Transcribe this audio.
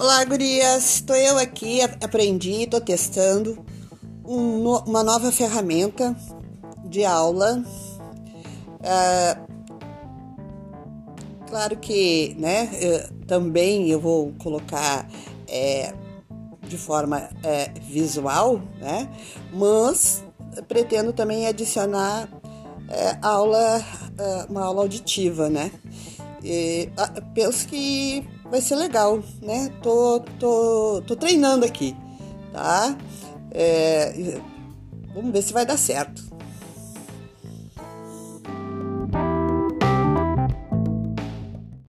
Olá, gurias! Estou eu aqui, aprendi, estou testando uma nova ferramenta de aula. Claro que, né, também eu vou colocar de forma visual, né, mas pretendo também adicionar uma aula auditiva, né. Penso que vai ser legal, né? Tô treinando aqui, tá? Vamos ver se vai dar certo.